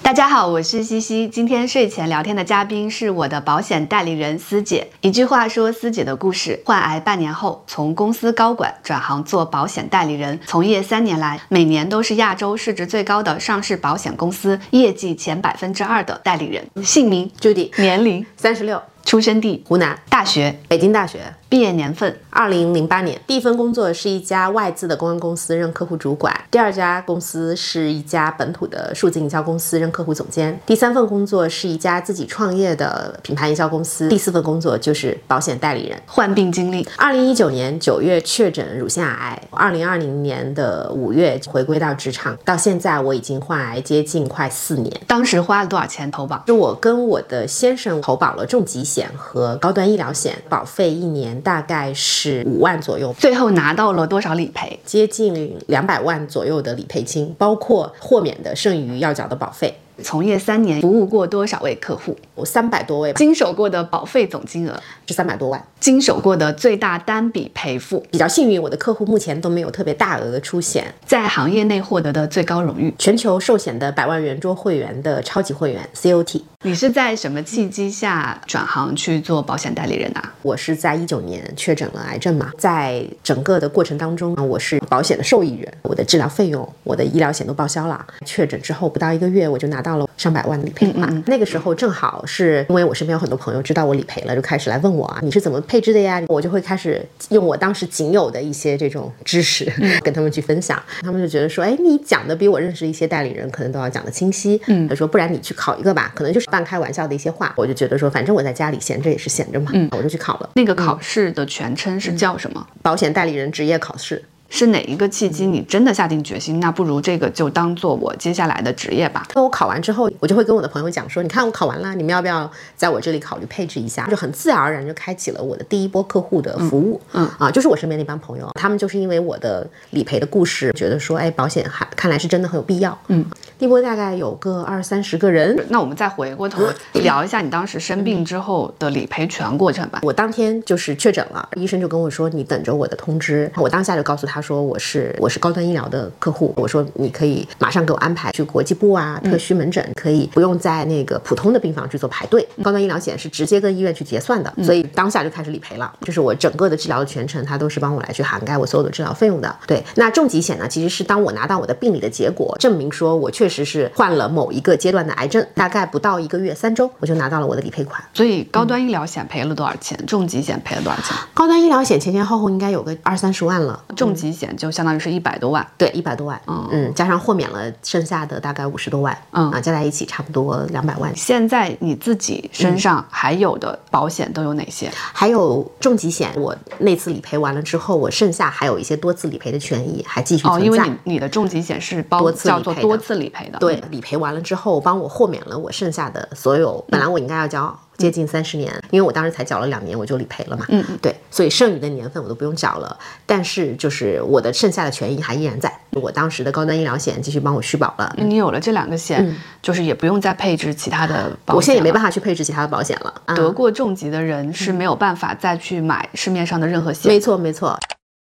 大家好，我是西西。今天睡前聊天的嘉宾是我的保险代理人思姐。一句话说思姐的故事：患癌半年后，从公司高管转行做保险代理人，从业3年来，每年都是亚洲市值最高的上市保险公司业绩前2%的代理人。姓名 Judy， 年龄 36， 出生地湖南， 大学北京大学， 毕业年份 2008年。第一份工作是一家外资的公关公司，任客户主管；第二家公司是一家本土的数字营销公司，任客户总监；第三份工作是一家自己创业的品牌营销公司；第四份工作就是保险代理人。 患病经历 2019年9月确诊乳腺癌，2020年的5月回归到职场，到现在我已经患癌接近快4年。 当时花了多少钱投保？ 是我跟我的先生投保了重疾险和高端医疗险，保费1年大概是5万左右， 最后拿到了多少理赔？ 接近200万左右的理赔金，包括豁免的剩余要缴的保费。 从业3年，服务过多少位客户？ 我300多位吧。 经手过的保费总金额是300多万。 经手过的最大单笔赔付？ 比较幸运，我的客户目前都没有特别大额的出险。 在行业内获得的最高荣誉？ 全球寿险的100万圆桌会员的超级会员 COT。 你是在什么契机下转行去做保险代理人啊？ 我是在19年确诊了癌症嘛，在整个的过程当中，我是保险的受益人，我的治疗费用、我的医疗险都报销了。确诊之后不到1个月，我就拿到了上百万的理赔款。那个时候正好是因为我身边有很多朋友知道我理赔了，就开始来问我啊，你是怎么配置的呀？我就会开始用我当时仅有的一些这种知识跟他们去分享，他们就觉得说，哎，你讲的比我认识一些代理人可能都要讲的清晰。他说不然你去考一个吧，可能就是半开玩笑的一些话。我就觉得说，反正我在家里闲着也是闲着嘛，我就去考了。 那个考试的全称是叫什么？ 保险代理人职业考试。 是哪一个契机你真的下定决心，那不如这个就当做我接下来的职业吧？ 那我考完之后，我就会跟我的朋友讲说，你看我考完了，你们要不要在我这里考虑配置一下？就很自然而然就开启了我的第一波客户的服务。就是我身边那帮朋友，他们就是因为我的理赔的故事，觉得说，哎，保险看来是真的很有必要。第一波大概有个20-30个人。 那我们再回过头聊一下你当时生病之后的理赔全过程吧。 我当天就是确诊了，医生就跟我说，你等着我的通知。我当下就告诉他说，我是高端医疗的客户，我说你可以马上给我安排去国际部啊、特需门诊，可以不用在那个普通的病房去做排队。高端医疗险是直接跟医院去结算的，所以当下就开始理赔了。就是我整个的治疗的全程，他都是帮我来去涵盖我所有的治疗费用的。对，那重疾险呢，其实是当我拿到我的病理的结果，证明说我确实是患了某一个阶段的癌症，大概不到1个月3周，我就拿到了我的理赔款。 所以高端医疗险赔了多少钱？重疾险赔了多少钱？ 高端医疗险前前后后应该有个20-30万了， 重疾险就相当于是100多万。 对，100多万。加上豁免了剩下的大概50多万。加在一起差不多200万。 现在你自己身上还有的保险都有哪些？ 还有重疾险，我那次理赔完了之后，我剩下还有一些多次理赔的权益还继续存在。 因为你的重疾险是叫做多次理赔的。 对，理赔完了之后帮我豁免了我剩下的所有，本来我应该要交接近30年，因为我当时才缴了2年我就理赔了嘛。对，所以剩余的年份我都不用缴了，但是就是我的剩下的权益还依然在。我当时的高端医疗险继续帮我续保了。 你有了这2个险，就是也不用再配置其他的保险了。 我现在也没办法去配置其他的保险了。 得过重疾的人是没有办法再去买市面上的任何险。 没错没错。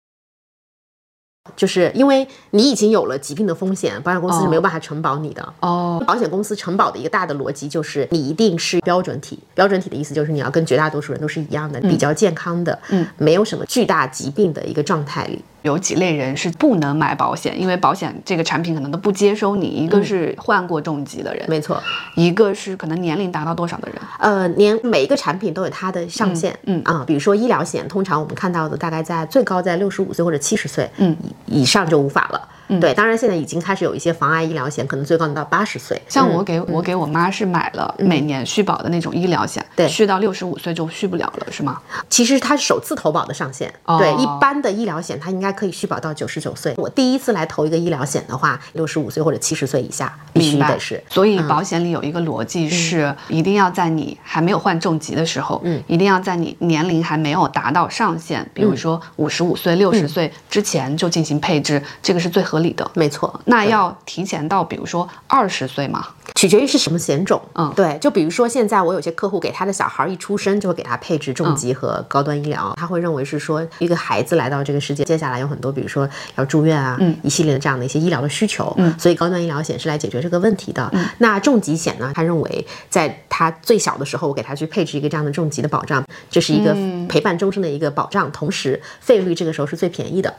就是因为你已经有了疾病的风险，保险公司是没有办法承保你的。保险公司承保的一个大的逻辑就是你一定是标准体。标准体的意思就是你要跟绝大多数人都是一样的，比较健康的，没有什么巨大疾病的一个状态里。 有几类人是不能买保险，因为保险这个产品可能都不接收你。一个是患过重疾的人， 没错； 一个是可能年龄达到多少的人。 每一个产品都有它的上限。比如说医疗险，通常我们看到的大概最高在65岁或者70岁，以上就无法了。对，当然现在已经开始有一些防癌医疗险，可能最高能到80岁。 像我给我妈是买了每年续保的那种医疗险， 对， 续到65岁就续不了了，是吗？ 其实它是首次投保的上限。对，一般的医疗险它应该可以续保到99岁。我第一次来投一个医疗险的话，65岁或者70岁以下必须得是。 所以保险里有一个逻辑是，一定要在你还没有患重疾的时候，一定要在你年龄还没有达到上限，比如说55岁、60岁之前就进行配置，这个是最合合理的。 没错。 那要提前到比如说20岁吗？ 取决于是什么险种。 对， 就比如说现在我有些客户给他的小孩一出生就会给他配置重疾和高端医疗，他会认为是说一个孩子来到这个世界，接下来有很多比如说要住院啊，一系列的这样的一些医疗的需求，所以高端医疗险是来解决这个问题的。那重疾险呢，他认为在他最小的时候，我给他去配置一个这样的重疾的保障，这是一个陪伴终身的一个保障，同时费率这个时候是最便宜的。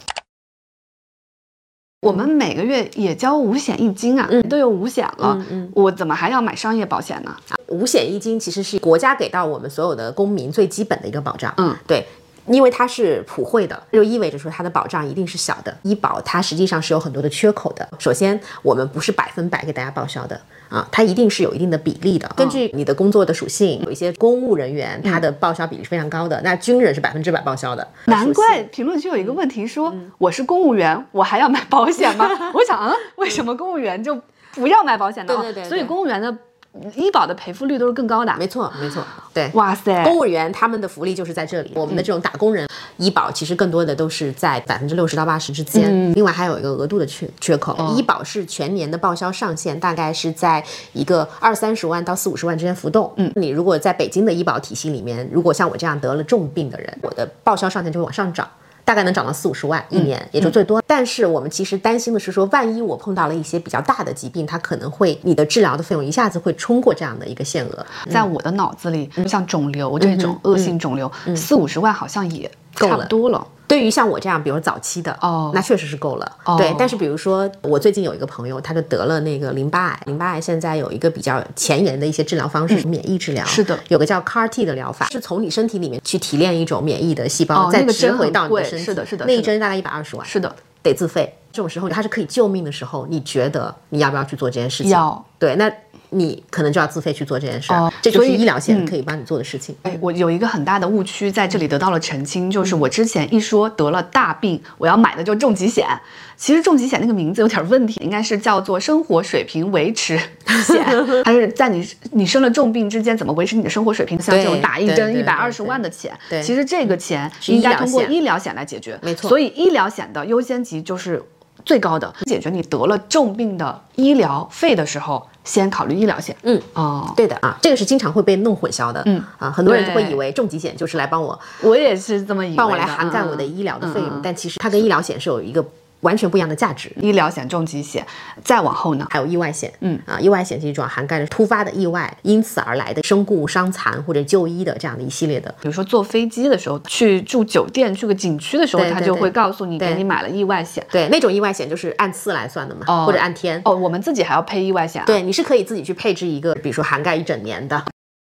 我们每个月也交五险一金啊，都有五险了，我怎么还要买商业保险呢？ 五险一金其实是国家给到我们所有的公民最基本的一个保障。对。因为它是普惠的，就意味着说它的保障一定是小的。医保它实际上是有很多的缺口的。首先，我们不是100%给大家报销的啊，它一定是有一定的比例的。根据你的工作的属性，有一些公务人员他的报销比例是非常高的，那军人是100%报销的。 难怪评论区有一个问题说，我是公务员，我还要买保险吗？我想为什么公务员就不要买保险呢？ 对， 所以公务员的医保的赔付率都是更高的。 没错，对。 哇塞， 公务员他们的福利就是在这里。我们的这种打工人，医保其实更多的都是在60%到80%之间。另外还有一个额度的缺口。医保是全年的报销上限大概是在一个20-30万到40-50万之间浮动。你如果在北京的医保体系里面，如果像我这样得了重病的人，我的报销上限就会往上涨。大概能涨到40-50万一年，也就最多。但是我们其实担心的是说，万一我碰到了一些比较大的疾病，它可能会你的治疗的费用一下子会冲过这样的一个限额。 在我的脑子里，像肿瘤这种恶性肿瘤，40-50万好像也差不多了。 对于像我这样，比如早期的，那确实是够了。对，但是比如说我最近有一个朋友，他就得了那个淋巴癌，淋巴癌现在有一个比较前沿的一些治疗方式，免疫治疗。 是的， 有个叫 CAR-T 的疗法，是从你身体里面去提炼一种免疫的细胞，再植回到你的身体。 是的， 那一针大概120万。 是的， 得自费。这种时候它是可以救命的时候，你觉得你要不要去做这件事情？ 要。 对，那你可能就要自费去做这件事。这就是医疗险可以帮你做的事情。 我有一个很大的误区在这里得到了澄清，就是我之前一说得了大病，我要买的就是重疾险。其实重疾险那个名字有点问题，应该是叫做生活水平维持险。它是在你生了重病之间怎么维持你的生活水平，像这种打一针120万的钱，其实这个钱应该通过医疗险来解决。 没错， 所以医疗险的优先级就是最高的，解决你得了重病的医疗费的时候，先考虑医疗险。 对的啊，这个是经常会被弄混淆的。很多人都会以为重疾险就是来帮我也是这么以为的， 帮我来涵盖我的医疗的费用，但其实它跟医疗险是有一个完全不一样的价值。 医疗险、重疾险，再往后呢， 还有意外险。意外险是一种涵盖了突发的意外，因此而来的身故、伤残或者就医的这样的一系列的。 比如说坐飞机的时候，去住酒店、去个景区的时候，他就会告诉你，给你买了意外险。 对，那种意外险就是按次来算的嘛，或者按天。 我们自己还要配意外险。 对，你是可以自己去配置一个，比如说涵盖一整年的。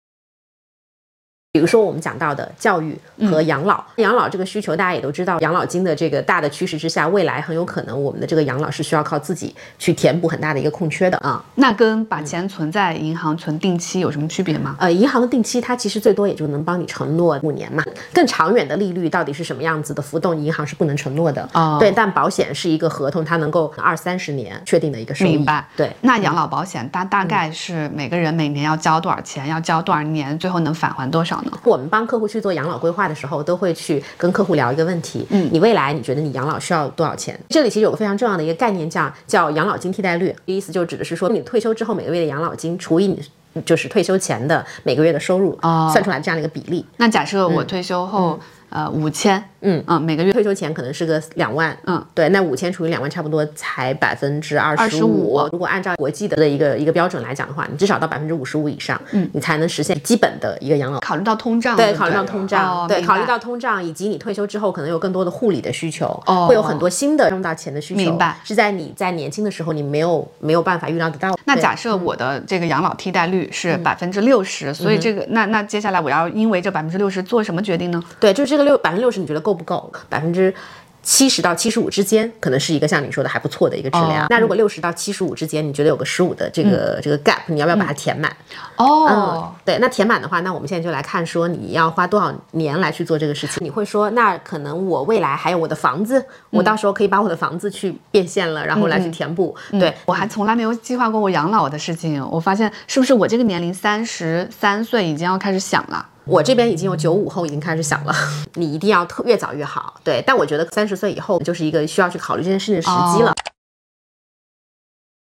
比如说我们讲到的教育和养老，养老这个需求大家也都知道，养老金的这个大的趋势之下，未来很有可能我们的这个养老是需要靠自己去填补很大的一个空缺的啊。 那跟把钱存在银行存定期有什么区别吗？ 银行的定期它其实最多也就能帮你承诺5年嘛，更长远的利率到底是什么样子的浮动，银行是不能承诺的。对，但保险是一个合同，它能够20-30年确定的一个收益。 明白。 对， 那养老保险大概是每个人每年要交多少钱，要交多少年，最后能返还多少呢？ 我们帮客户去做养老规划的时候，都会去跟客户聊一个问题，你未来你觉得你养老需要多少钱？这里其实有个非常重要的一个概念叫养老金替代率，意思就指的是说你退休之后每个月的养老金除以你就是退休前的每个月的收入，算出来这样的一个比例。 那假设我退休后5000，每个月退休前可能是个2万，对，那5000除以2万差不多才25%。如果按照国际的一个标准来讲的话，你至少到55%以上，你才能实现基本的一个养老。 考虑到通胀， 对，考虑到通胀，对，考虑到通胀，以及你退休之后可能有更多的护理的需求，会有很多新的用到钱的需求， 明白？ 是在你在年轻的时候你没有办法预料得到。 那假设我的这个养老替代率是60%，所以这个那接下来我要因为这60%做什么决定呢？ 对，就是这个60%你觉得够不够？70%到75%之间，可能是一个像你说的还不错的一个质量。那如果60%到75%之间，你觉得有个15%的这个 gap， 你要不要把它填满？对，那填满的话，那我们现在就来看说你要花多少年来去做这个事情。你会说，那可能我未来还有我的房子，我到时候可以把我的房子去变现了，然后来去填补。对， 我还从来没有计划过我养老的事情。我发现是不是我这个年龄33岁已经要开始想了？ 我这边已经有95后已经开始想了，你一定要越早越好。对，但我觉得30岁以后就是一个需要去考虑这件事情的时机了。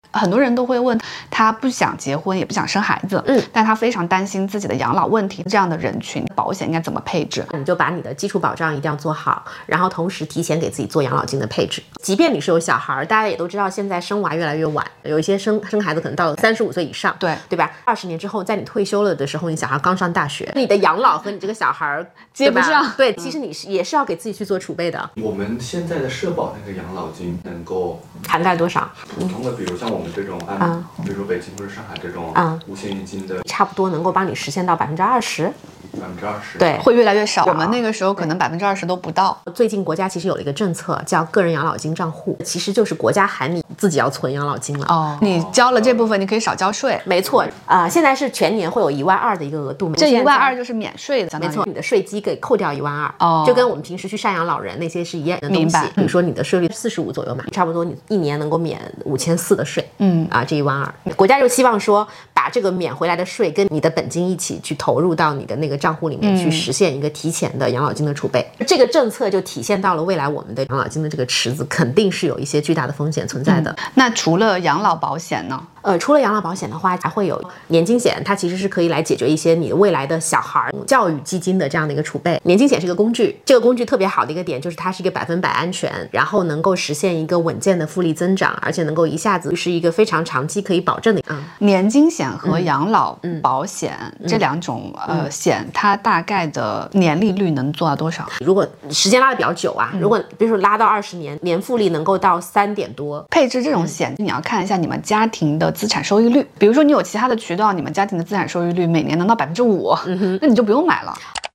很多人都会问，他不想结婚，也不想生孩子，但他非常担心自己的养老问题。这样的人群，保险应该怎么配置？ 你就把你的基础保障一定要做好，然后同时提前给自己做养老金的配置。即便你是有小孩，大家也都知道，现在生娃越来越晚，有一些生孩子可能到了35岁以上，对吧？20年之后，在你退休了的时候，你小孩刚上大学，你的养老和你这个小孩接不上。 对，其实你也是要给自己去做储备的。 我们现在的社保那个养老金能够涵盖多少？ 普通的，比如像我们这种比如说北京或者上海这种五险一金的， 差不多能够帮你实现到20%。 20%， 对， 会越来越少。我们那个时候可能20%都不到。 最近国家其实有了一个政策，叫个人养老金账户，其实就是国家喊你自己要存养老金了。 你交了这部分，你可以少交税。 没错，现在是全年会有12000的一个额度， 这12000就是免税的， 没错，你的税基给扣掉12000，就跟我们平时去赡养老人那些是一样的东西。 明白。 比如说你的税率45左右嘛，差不多你一年能够免5400的税。这12000，国家就希望说把这个免回来的税跟你的本金一起去投入到你的那个账户里面去，实现一个提前的养老金的储备。这个政策就体现到了未来我们的养老金的这个池子肯定是有一些巨大的风险存在的。 那除了养老保险呢？ 除了养老保险的话，还会有年金险，它其实是可以来解决一些你未来的小孩教育基金的这样的一个储备。年金险是个工具，这个工具特别好的一个点就是它是一个100%安全，然后能够实现一个稳健的复利增长，而且能够一下子是一个非常长期可以保证的。 年金险和养老保险这两种险，它大概的年利率能做到多少？ 如果时间拉的比较久如果比如说拉到20年，年复利能够到3点多。 配置这种险，你要看一下你们家庭的资产收益率。比如说你有其他的渠道，你们家庭的资产收益率每年能到5%，那你就不用买了。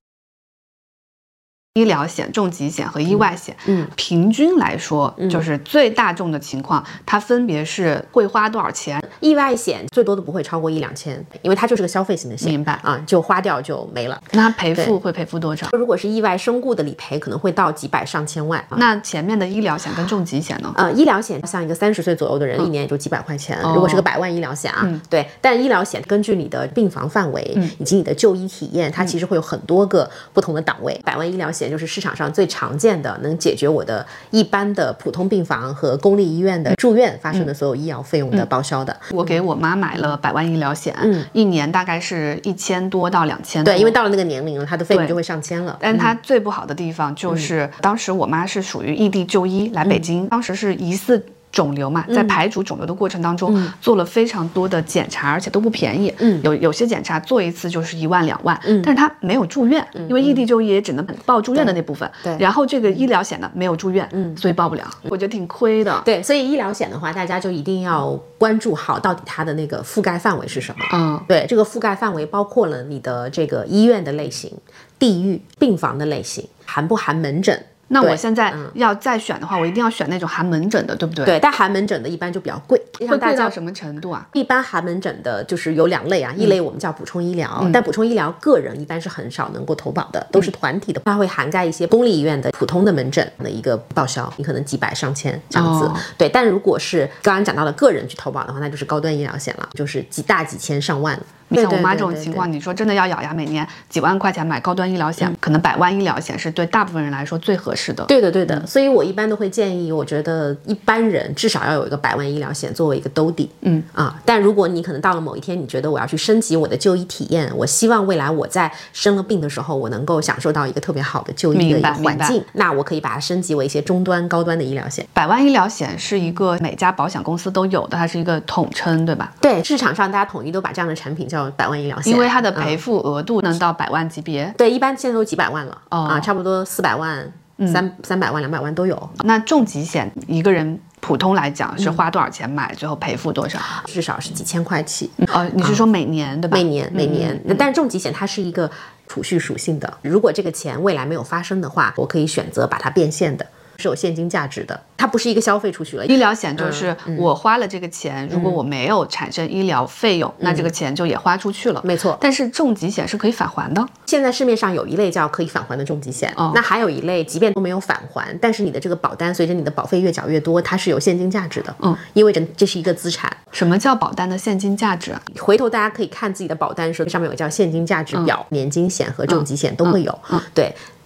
医疗险、重疾险和意外险，平均来说，就是最大众的情况，它分别是会花多少钱？ 意外险最多都不会超过1-2000，因为它就是个消费型的险， 明白就花掉就没了。 那赔付会赔付多少？ 如果是意外身故的理赔，可能会到几百上千万。 那前面的医疗险跟重疾险呢？ 医疗险像一个30岁左右的人，一年也就几百块钱。如果是个100万医疗险对。但医疗险根据你的病房范围以及你的就医体验，它其实会有很多个不同的档位。100万医疗险就是市场上最常见的，能解决我的一般的普通病房和公立医院的住院发生的所有医疗费用的报销的。 我给我妈买了100万医疗险，一年大概是1000多到2000多。 对，因为到了那个年龄了，它的费用就会上千了。 但它最不好的地方就是，当时我妈是属于异地就医来北京，当时是疑似肿瘤嘛，在排除肿瘤的过程当中，做了非常多的检查，而且都不便宜。有些检查做一次就是1万2万，但是他没有住院，因为异地就医也只能报住院的那部分。 对。 然后这个医疗险呢没有住院，所以报不了，我觉得挺亏的。 对，所以医疗险的话，大家就一定要关注好到底它的那个覆盖范围是什么。对，这个覆盖范围包括了你的这个医院的类型、地域、病房的类型，含不含门诊。 那我现在要再选的话，我一定要选那种含门诊的，对不对？ 对，但含门诊的一般就比较贵， 会贵到什么程度啊？ 一般含门诊的就是有2类一类我们叫补充医疗，但补充医疗个人一般是很少能够投保的，都是团体的，它会涵盖一些公立医院的普通的门诊的一个报销，你可能几百上千这样子。对，但如果是刚刚讲到的个人去投保的话，那就是高端医疗险了，就是几千上万。 你像我妈这种情况，你说真的要咬牙每年几万块钱买高端医疗险，可能100万医疗险是对大部分人来说最合适的。 对的，所以我一般都会建议，我觉得一般人至少要有一个100万医疗险作为一个兜底。但如果你可能到了某一天，你觉得我要去升级我的就医体验，我希望未来我在生了病的时候，我能够享受到一个特别好的就医的一个环境，那我可以把它升级为一些中端、高端的医疗险。 100万医疗险是一个每家保险公司都有的，它是一个统称，对吧？ 对，市场上大家统一都把这样的产品叫100万医疗险， 因为它的赔付额度能到100万级别。 对，一般现在都几百万了差不多400万、300万、200万都有。 那重疾险一个人普通来讲是花多少钱买，最后赔付多少？ 至少是几千块起。 你是说每年对吧？ 每年。但是重疾险它是一个储蓄属性的，如果这个钱未来没有发生的话，我可以选择把它变现的。是有现金价值的，它不是一个消费储蓄了。 医疗险就是我花了这个钱，如果我没有产生医疗费用，那这个钱就也花出去了。 没错。 但是重疾险是可以返还的。 现在市面上有一类叫可以返还的重疾险，那还有一类即便都没有返还，但是你的这个保单随着你的保费越缴越多，它是有现金价值的。意味着这是一个资产。 什么叫保单的现金价值？ 回头大家可以看自己的保单，说上面有个叫现金价值表，年金险和重疾险都会有。对。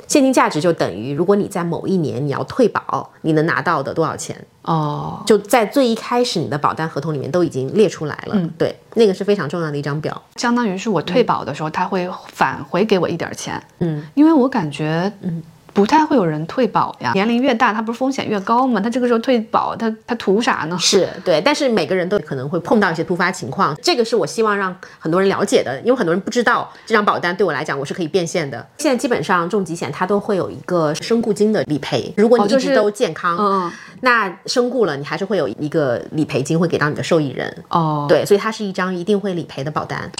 现金价值就等于如果你在某一年你要退保，你能拿到的多少钱。就在最一开始你的保单合同里面都已经列出来了。对，那个是非常重要的一张表， 相当于是我退保的时候，他会返回给我一点钱。因为我感觉不太会有人退保呀，年龄越大，他不是风险越高吗？他这个时候退保，他图啥呢？ 是对，但是每个人都可能会碰到一些突发情况，这个是我希望让很多人了解的，因为很多人不知道这张保单对我来讲我是可以变现的。现在基本上重疾险它都会有一个身故金的理赔，如果你一直都健康，那身故了你还是会有一个理赔金会给到你的受益人。对，所以它是一张一定会理赔的保单。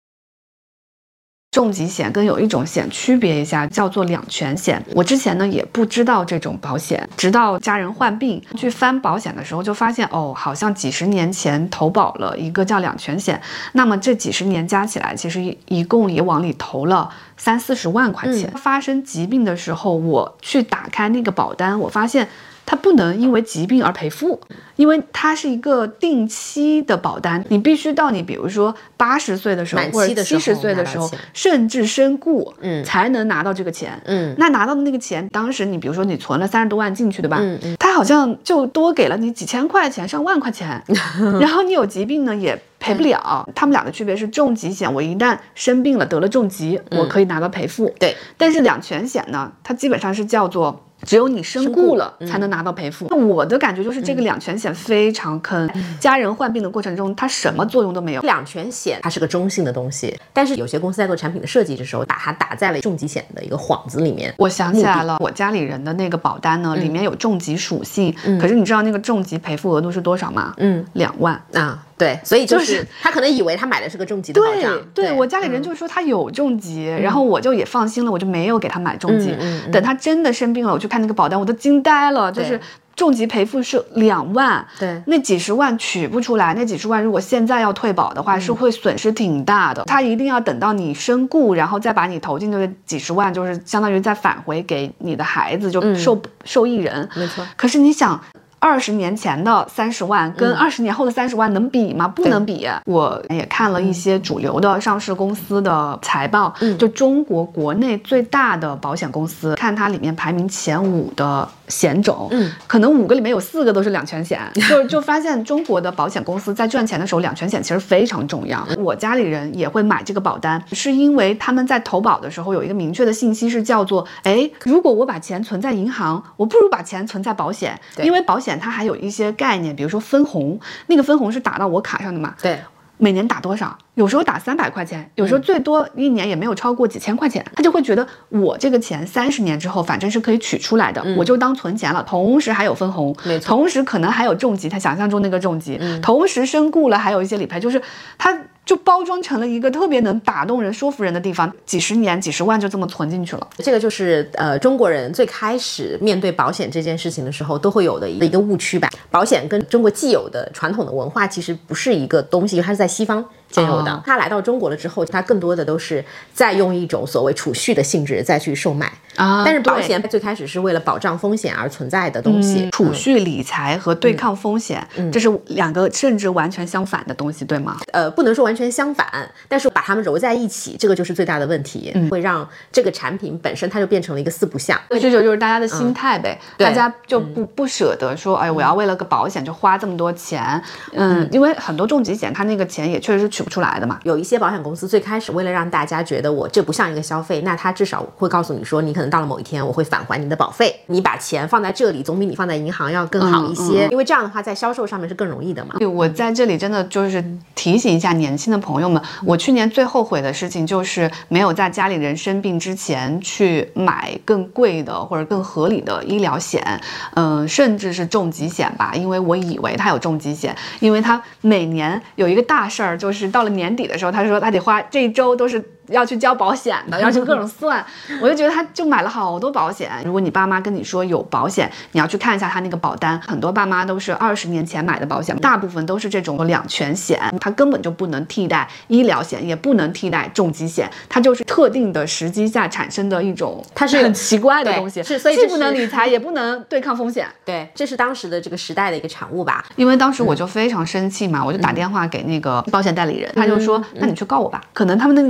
重疾险跟有一种险区别一下，叫做两全险。我之前呢也不知道这种保险，直到家人患病去翻保险的时候，就发现好像几十年前投保了一个叫两全险，那么这几十年加起来，其实一共也往里投了30-40万块钱。发生疾病的时候，我去打开那个保单，我发现它不能因为疾病而赔付，因为它是一个定期的保单，你必须到你比如说80岁的时候，或者70岁的时候，甚至身故，才能拿到这个钱。那拿到的那个钱，当时你比如说你存了30多万进去，对吧？它好像就多给了你几千块钱、上万块钱，然后你有疾病呢也赔不了。他们俩的区别是，重疾险我一旦生病了得了重疾，我可以拿到赔付。对，但是两全险呢，它基本上是叫做只有你身故了才能拿到赔付。我的感觉就是这个两全险非常坑，家人患病的过程中它什么作用都没有。 两全险它是个中性的东西，但是有些公司在做产品的设计的时候，把它打在了重疾险的一个幌子里面。 我想起来了，我家里人的那个保单呢，里面有重疾属性，可是你知道那个重疾赔付额度是多少吗？2万啊。对，所以就是他可能以为他买的是个重疾的保障。 对，我家里人就说他有重疾，然后我就也放心了，我就没有给他买重疾。等他真的生病了，我去看那个保单，我都惊呆了，就是重疾赔付是2万， 对， 那几十万取不出来，那几十万如果现在要退保的话，是会损失挺大的。他一定要等到你身故，然后再把你投进去的几十万，就是相当于再返回给你的孩子，就受益人。 没错。 可是你想，20年前的30万跟20年后的30万能比吗？不能比。我也看了一些主流的上市公司的财报，就中国国内最大的保险公司，看它里面排名前5的险种，可能5个里面有4个都是两全险，就发现中国的保险公司在赚钱的时候，两全险其实非常重要。我家里人也会买这个保单，是因为他们在投保的时候有一个明确的信息是叫做，如果我把钱存在银行，我不如把钱存在保险，因为保险它还有一些概念，比如说分红，那个分红是打到我卡上的嘛？ 对， 每年打多少？有时候打300块钱，有时候最多一年也没有超过几千块钱。他就会觉得我这个钱30年之后反正是可以取出来的，我就当存钱了。同时还有分红，同时可能还有重疾，他想象中那个重疾，同时身故了还有一些理赔，就是他就包装成了一个特别能打动人、说服人的地方，几十年、几十万就这么存进去了。 这个就是中国人最开始面对保险这件事情的时候都会有的一个误区吧。保险跟中国既有的传统的文化其实不是一个东西，它是在西方兼有的。它来到中国了之后，它更多的都是在用一种所谓储蓄的性质再去售卖啊。但是保险最开始是为了保障风险而存在的东西， 储蓄理财和对抗风险，这是2个甚至完全相反的东西，对吗？ 不能说完全相反，但是把它们揉在一起，这个就是最大的问题，会让这个产品本身它就变成了一个4不像。 这就是大家的心态呗，大家就不舍得说，我要为了个保险就花这么多钱，因为很多重疾险它那个钱也确实是取不出来的嘛。 有一些保险公司最开始为了让大家觉得我这不像一个消费，那他至少会告诉你说，你可能到了某一天我会返还你的保费，你把钱放在这里总比你放在银行要更好一些，因为这样的话在销售上面是更容易的嘛。 我在这里真的就是提醒一下年轻的朋友们，我去年最后悔的事情就是没有在家里人生病之前去买更贵的或者更合理的医疗险，甚至是重疾险吧，因为我以为他有重疾险，因为他每年有一个大事儿，就是到了年底的时候，他说他得花这一周都是要去交保险的，要去各种算，我就觉得他就买了好多保险。如果你爸妈跟你说有保险，你要去看一下他那个保单，很多爸妈都是20年前买的保险，大部分都是这种两全险，它根本就不能替代医疗险，也不能替代重疾险，它就是特定的时机下产生的一种，它是很奇怪的东西， 所以既不能理财，也不能对抗风险。 对，这是当时的这个时代的一个产物吧。 因为当时我就非常生气嘛，我就打电话给那个保险代理人，他就说，那你去告我吧，可能他们的那个合同就是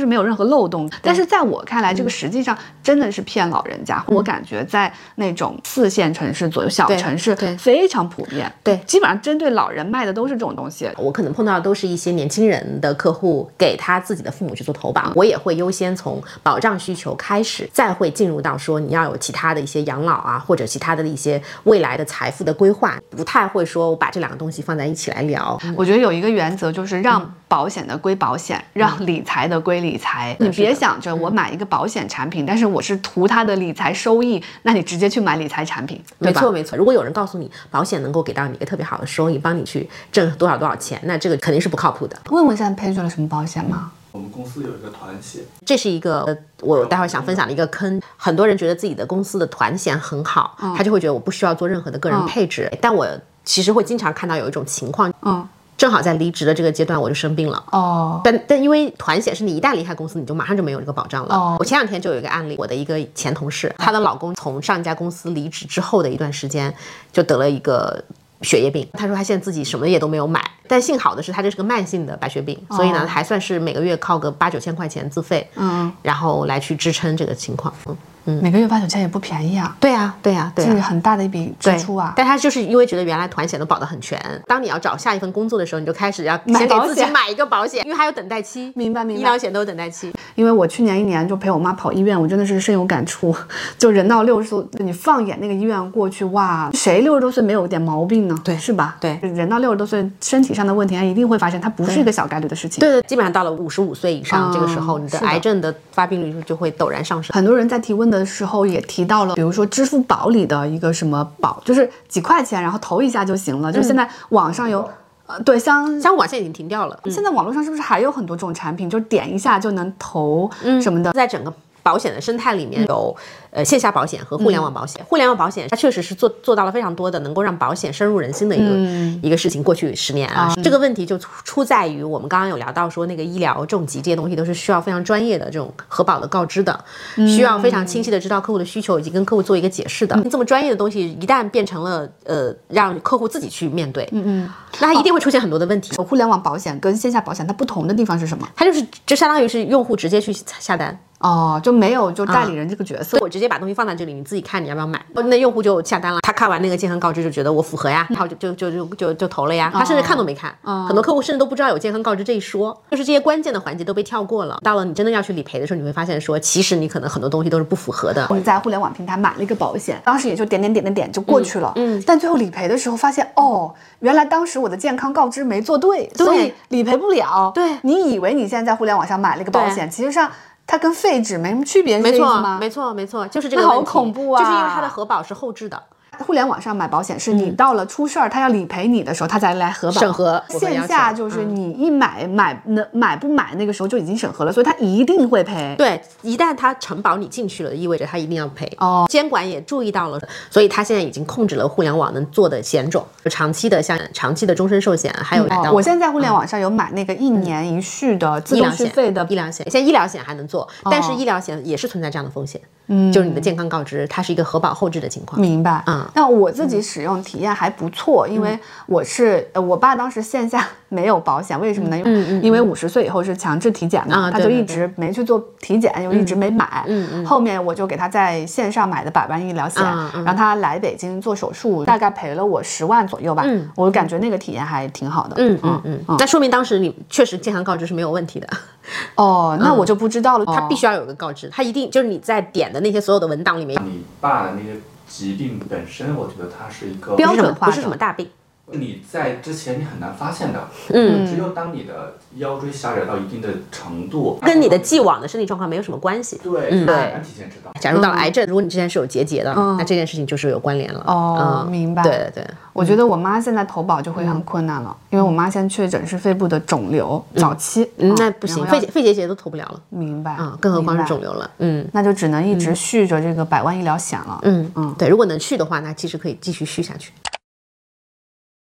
就是没有任何漏洞。但是在我看来，这个实际上真的是骗老人家。我感觉在那种4线城市左右小城市非常普遍， 对， 基本上针对老人卖的都是这种东西。 我可能碰到的都是一些年轻人的客户给他自己的父母去做投保，我也会优先从保障需求开始，再会进入到说你要有其他的一些养老啊，或者其他的一些未来的财富的规划，不太会说我把这2个东西放在一起来聊。 我觉得有一个原则就是让保险的归保险，让理财的归理财。你别想着我买一个保险产品，但是我是图它的理财收益，那你直接去买理财产品，对吧？ 没错没错。如果有人告诉你保险能够给到你一个特别好的收益，帮你去挣多少钱，那这个肯定是不靠谱的。 问问现在配置了什么保险吗？ 我们公司有一个团险， 这是一个我待会儿想分享的一个坑。很多人觉得自己的公司的团险很好，他就会觉得我不需要做任何的个人配置。但我其实会经常看到有一种情况，正好在离职的这个阶段我就生病了。但因为团险是你一旦离开公司，你就马上就没有这个保障了。我前2天就有一个案例，我的一个前同事，她的老公从上一家公司离职之后的一段时间，就得了一个血液病。他说他现在自己什么也都没有买，但幸好的是他这是个慢性的白血病，所以呢还算是每个月靠个8-9千块钱自费，然后来去支撑这个情况。 每个月8-9千也不便宜啊。 对啊，对啊，对啊， 这是很大的一笔支出啊。 但他就是因为觉得原来团险都保得很全，当你要找下一份工作的时候，你就开始要先给自己买一个保险，因为还有等待期。 明白。 医疗险都有等待期。 因为我去年1年就陪我妈跑医院，我真的是深有感触。就人到60岁，你放眼那个医院过去，哇，谁60多岁没有点毛病呢？ 对， 是吧？ 对， 人到60多岁，身体上的问题，它一定会发生，它不是一个小概率的事情。 对，基本上到了55岁以上，这个时候你的癌症的发病率就会陡然上升。 很多人在提问的时候也提到了，比如说支付宝里的一个什么宝，就是几块钱，然后投一下就行了。就现在网上有。对，像网现在已经停掉了。 现在网络上是不是还有很多这种产品，就点一下就能投什么的？ 在整个保险的生态里面有线下保险和互联网保险。互联网保险它确实是做到了非常多的能够让保险深入人心的一个事情。过去10年啊，这个问题就出在于我们刚刚有聊到说那个医疗重疾这些东西都是需要非常专业的这种核保的告知的，需要非常清晰的知道客户的需求以及跟客户做一个解释的。这么专业的东西一旦变成了让客户自己去面对，那它一定会出现很多的问题。 互联网保险跟线下保险它不同的地方是什么？ 它就相当于是用户直接去下单。 就没有就代理人这个角色。 我直接把东西放在这里，你自己看你要不要买。那用户就下单了，他看完那个健康告知就觉得我符合呀，然后就投了呀。他甚至看都没看，很多客户甚至都不知道有健康告知这一说，就是这些关键的环节都被跳过了。到了你真的要去理赔的时候，你会发现说，其实你可能很多东西都是不符合的。 我在互联网平台买了一个保险，当时也就点就过去了。但最后理赔的时候发现，原来当时我的健康告知没做对，所以理赔不了。 对， 你以为你现在在互联网上买了一个保险，其实上它跟废纸没什么区别， 没错吗？ 没错，就是这个问题。 好恐怖啊！ 就是因为它的核保是后置的。 互联网上买保险是你到了出事儿，他要理赔你的时候，他才来核保审核。 线下就是你一买不买那个时候就已经审核了，所以他一定会赔。 对，一旦他承保你进去了，意味着他一定要赔。监管也注意到了，所以他现在已经控制了互联网能做的险种，长期的像长期的终身寿险，还有我现在在互联网上有买那个1年1续的自动续费的医疗险，现在医疗险还能做，但是医疗险也是存在这样的风险。就是你的健康告知，它是一一个核保后置的情况。 明白。那我自己使用体验还不错，因为我爸当时线下没有保险，为什么呢？因为50岁以后是强制体检嘛，他就一直没去做体检，又一直没买。后面我就给他在线上买的100万医疗险，让他来北京做手术，大概赔了我10万左右吧。我感觉那个体验还挺好的。 那说明当时你确实健康告知是没有问题的。 那我就不知道了。 他必须要有个告知，他一定就是你在点的那些所有的文档里面， 你爸的那些疾病本身，我觉得它是一个标准化的， 不是什么大病。 你在之前你很难发现的，只有当你的腰椎下窄到一定的程度， 跟你的既往的身体状况没有什么关系。 对，很难提前知道。 假如到了癌症，如果你之前是有结节的，那这件事情就是有关联了。 明白。 对， 我觉得我妈现在投保就会很困难了，因为我妈现在确诊是肺部的肿瘤，早期。 那不行，肺结节都投不了了。 明白。 更何况是肿瘤了。 那就只能一直续着这个100万医疗险了。 对，如果能续的话，那其实可以继续续下去。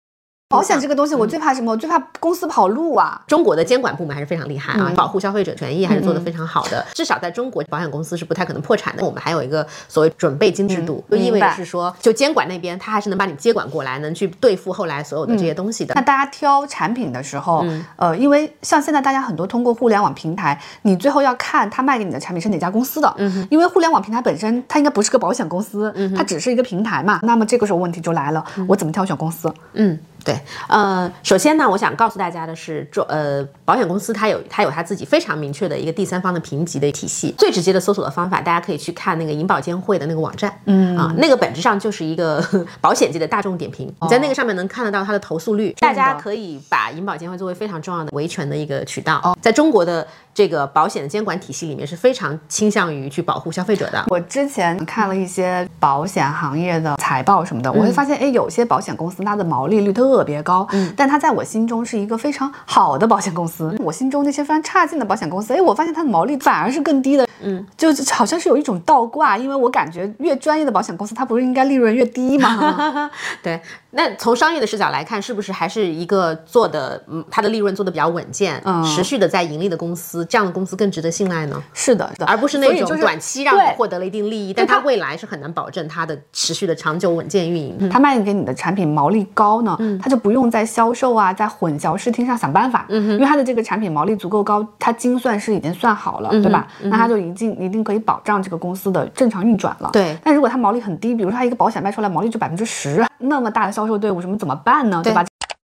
保险这个东西，我最怕什么？我最怕公司跑路啊！ 中国的监管部门还是非常厉害啊，保护消费者权益还是做得非常好的。至少在中国，保险公司是不太可能破产的。我们还有一个所谓准备金制度，就意味着是说，就监管那边他还是能把你接管过来，能去对付后来所有的这些东西的。 那大家挑产品的时候，因为像现在大家很多通过互联网平台，你最后要看他卖给你的产品是哪家公司的，因为互联网平台本身它应该不是个保险公司，它只是一个平台嘛。那么这个时候问题就来了，我怎么挑选公司？ 对，首先呢，我想告诉大家的是，保险公司它有它自己非常明确的一个第三方的评级的体系。最直接的搜索的方法，大家可以去看那个银保监会的那个网站，那个本质上就是一个保险界的大众点评，你在那个上面能看得到它的投诉率。大家可以把银保监会作为非常重要的维权的一个渠道。在中国的这个保险的监管体系里面，是非常倾向于去保护消费者的。 我之前看了一些保险行业的财报什么的，我会发现，哎，有些保险公司它的毛利率特别高，但它在我心中是一个非常好的保险公司。我心中那些非常差劲的保险公司，哎，我发现它的毛利反而是更低的，就好像是有一种倒挂，因为我感觉越专业的保险公司，它不是应该利润越低吗？ 对，那从商业的视角来看，是不是还是一个做的，它的利润做的比较稳健，持续的在盈利的公司，这样的公司更值得信赖呢？ 是的， 而不是那种短期让你获得了一定利益，但它未来是很难保证它的持续的长久稳健运营。 它卖给你的产品毛利高呢，它就不用在销售啊，在混淆视听上想办法，因为它的这个产品毛利足够高，它精算师已经算好了，对吧？那它就一定可以保障这个公司的正常运转了。 对。 但如果它毛利很低，比如说它一个保险卖出来毛利就10%，那么大的销售队伍什么怎么办呢？对吧？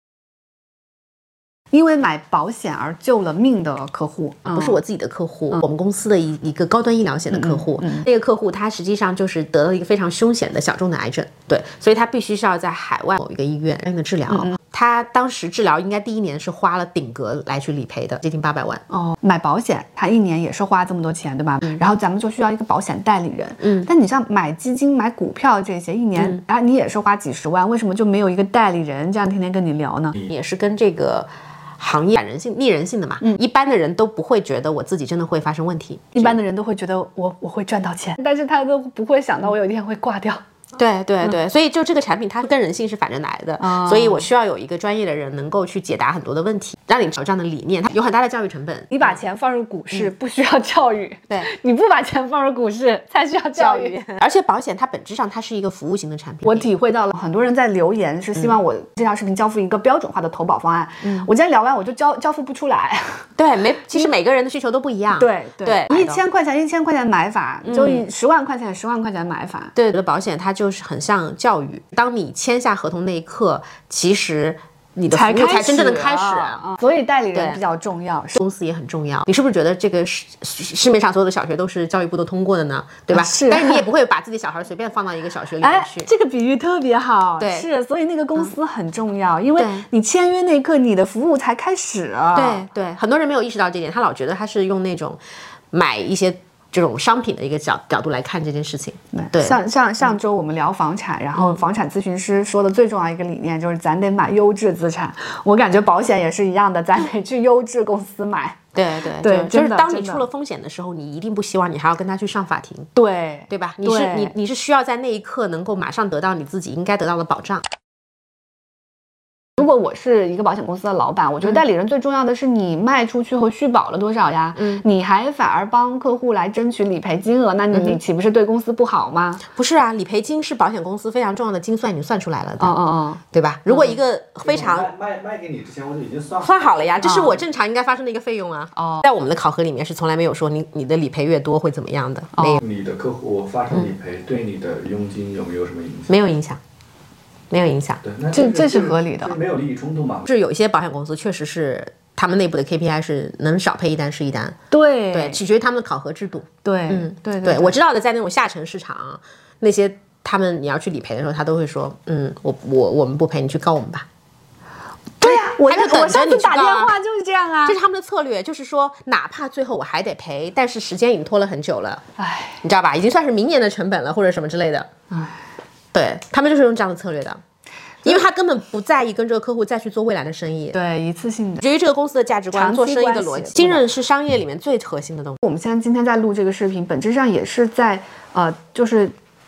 因为买保险而救了命的客户， 不是我自己的客户，我们公司的一个高端医疗险的客户，那个客户他实际上就是得了一个非常凶险的小众的癌症，对，所以他必须是要在海外某一个医院的治疗。他当时治疗应该第1年是花了顶格来去理赔的，接近800万。 买保险他1年也是花这么多钱，对吧？然后咱们就需要一个保险代理人，但你像买基金、买股票这些，1年你也是花几十万，为什么就没有一个代理人这样天天跟你聊呢？ 也是跟这个行业逆人性的嘛，一般的人都不会觉得我自己真的会发生问题， 一般的人都会觉得我会赚到钱，但是他都不会想到我有一天会挂掉。 对，所以就这个产品它跟人性是反着来的，所以我需要有一个专业的人能够去解答很多的问题，让你有这样的理念，它有很大的教育成本。 你把钱放入股市不需要教育， 对， 你不把钱放入股市才需要教育。 而且保险它本质上它是一个服务型的产品。 我体会到了，很多人在留言是希望我这条视频交付一个标准化的投保方案，我今天聊完我就交付不出来。 对，其实每个人的需求都不一样。 对，1000块钱买法，就以10万块钱买法。 对，的保险它就是很像教育，当你签下合同那一刻，其实你的服务才真正的开始。 所以代理人比较重要， 公司也很重要。你是不是觉得这个市面上所有的小学都是教育部都通过的呢？对吧？ 是。 但是你也不会把自己小孩随便放到一个小学里面去。 这个比喻特别好。 对， 是，所以那个公司很重要，因为你签约那一刻，你的服务才开始。 对，很多人没有意识到这点，他老觉得他是用那种买一些这种商品的一个角度来看这件事情。对， 像上周我们聊房产，然后房产咨询师说的最重要一个理念就是咱得买优质资产。我感觉保险也是一样的，咱得去优质公司买。 对，就是当你出了风险的时候，你一定不希望你还要跟他去上法庭。对吧？你是需要在那一刻能够马上得到你自己应该得到的保障。 如果我是一个保险公司的老板，我觉得代理人最重要的是你卖出去后续保了多少呀？你还反而帮客户来争取理赔金额，那你岂不是对公司不好吗？ 不是啊，理赔金是保险公司非常重要的精算，已经算出来了的。对吧？如果一个非常卖给你之前我就已经算好了呀，这是我正常应该发生的一个费用啊。在我们的考核里面是从来没有说你的理赔越多会怎么样的。 你的客户发生理赔对你的佣金有没有什么影响？ 没有影响。 对，那这是合理的， 没有利益冲突嘛？ 是有一些保险公司确实是他们内部的 KPI 是能少赔一单是一单。对，取决于他们的考核制度。 对， 我知道的，在那种下沉市场，那些你要去理赔的时候，他都会说，我们不赔，你去告我们吧。 对呀，我上次打电话就是这样啊， 这是他们的策略，就是说哪怕最后我还得赔，但是时间已经拖了很久了，你知道吧？已经算是明年的成本了，或者什么之类的。对，他们就是用这样的策略的，因为他根本不在意跟这个客户再去做未来的生意。 对，一次性的。 至于这个公司的价值观、做生意的逻辑，信任是商业里面最核心的东西。 我们今天在录这个视频，本质上也是在就是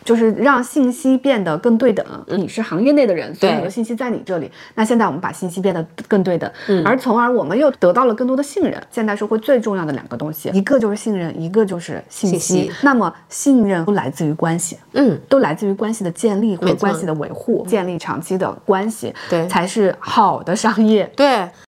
就是让信息变得更对等。你是行业内的人，所以很多信息在你这里。那现在我们把信息变得更对等，而从而我们又得到了更多的信任。现代社会最重要的2个东西，一个就是信任，一个就是信息。那么信任都来自于关系，都来自于关系的建立和关系的维护，建立长期的关系，对，才是好的商业。 对。